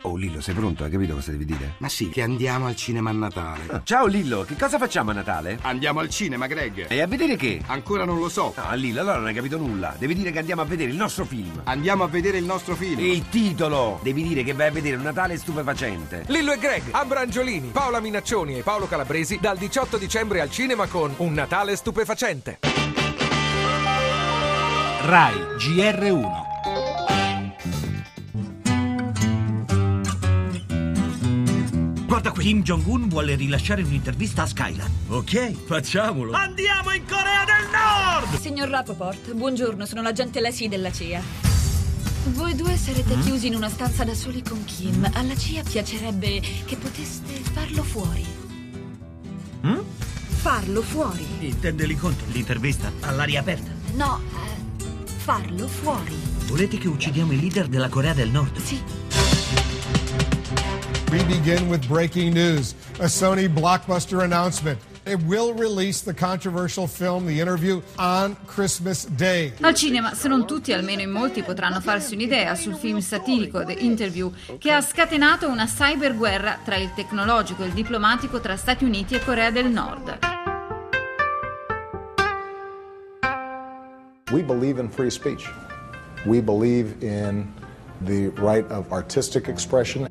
Oh Lillo, sei pronto? Hai capito cosa devi dire? Ma sì, che andiamo al cinema a Natale. Ciao Lillo, che cosa facciamo a Natale? Andiamo al cinema, Greg. E a vedere che? Ancora non lo so. No, Lillo, allora non hai capito nulla. Devi dire che andiamo a vedere il nostro film. Andiamo a vedere il nostro film. Il titolo! Devi dire che vai a vedere un Natale stupefacente. Lillo e Greg, Ambra Angiolini, Paola Minaccioni e Paolo Calabresi dal 18 dicembre al cinema con Un Natale stupefacente. Rai GR1. Guarda qui, Kim Jong-un vuole rilasciare un'intervista a Skyline. Ok, facciamolo. Andiamo in Corea del Nord! Signor Rapoport, buongiorno, sono l'agente Lassie della CIA. Voi due sarete chiusi in una stanza da soli con Kim. Alla CIA piacerebbe che poteste farlo fuori. Farlo fuori. Intende lì contro l'intervista all'aria aperta? No, farlo fuori. Volete che uccidiamo il leader della Corea del Nord? Sì. We begin with breaking news. A Sony blockbuster announcement. It will release the controversial film The Interview on Christmas Day. Al cinema, se non tutti, almeno in molti potranno farsi un'idea sul film satirico The Interview, che ha scatenato una cyberguerra tra il tecnologico e il diplomatico tra Stati Uniti e Corea del Nord. We believe in free speech. We believe in the right of artistic expression.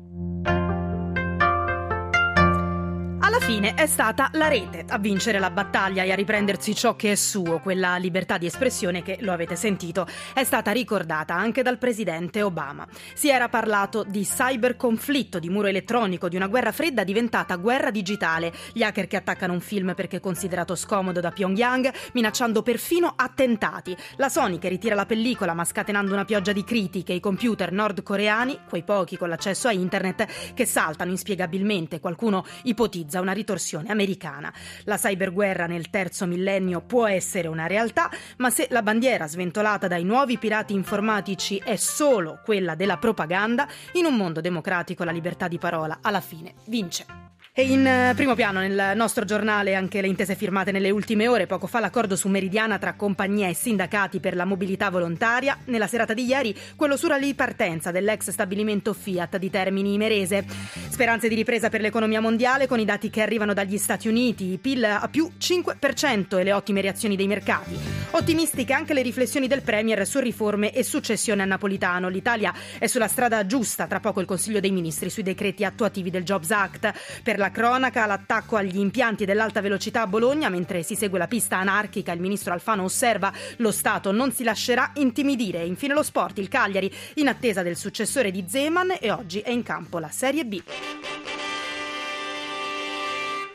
Alla fine è stata la rete a vincere la battaglia e a riprendersi ciò che è suo, quella libertà di espressione che, lo avete sentito, è stata ricordata anche dal presidente Obama. Si era parlato di cyberconflitto, di muro elettronico, di una guerra fredda diventata guerra digitale, gli hacker che attaccano un film perché considerato scomodo da Pyongyang, minacciando perfino attentati, la Sony che ritira la pellicola ma scatenando una pioggia di critiche, i computer nordcoreani, quei pochi con l'accesso a internet, che saltano inspiegabilmente, qualcuno ipotizza una ritorsione americana. La cyberguerra nel terzo millennio può essere una realtà, ma se la bandiera sventolata dai nuovi pirati informatici è solo quella della propaganda, in un mondo democratico la libertà di parola alla fine vince. E in primo piano nel nostro giornale anche le intese firmate nelle ultime ore. Poco fa l'accordo su Meridiana tra compagnia e sindacati per la mobilità volontaria. Nella serata di ieri quello sulla ripartenza dell'ex stabilimento Fiat di Termini Imerese. Speranze di ripresa per l'economia mondiale con i dati che arrivano dagli Stati Uniti. PIL a più 5% e le ottime reazioni dei mercati. Ottimistiche anche le riflessioni del Premier su riforme e successione a Napolitano. L'Italia è sulla strada giusta, tra poco il Consiglio dei Ministri sui decreti attuativi del Jobs Act. Per la cronaca, l'attacco agli impianti dell'alta velocità a Bologna, mentre si segue la pista anarchica, il ministro Alfano osserva: lo Stato non si lascerà intimidire. Infine lo sport, il Cagliari in attesa del successore di Zeman e oggi è in campo la Serie B.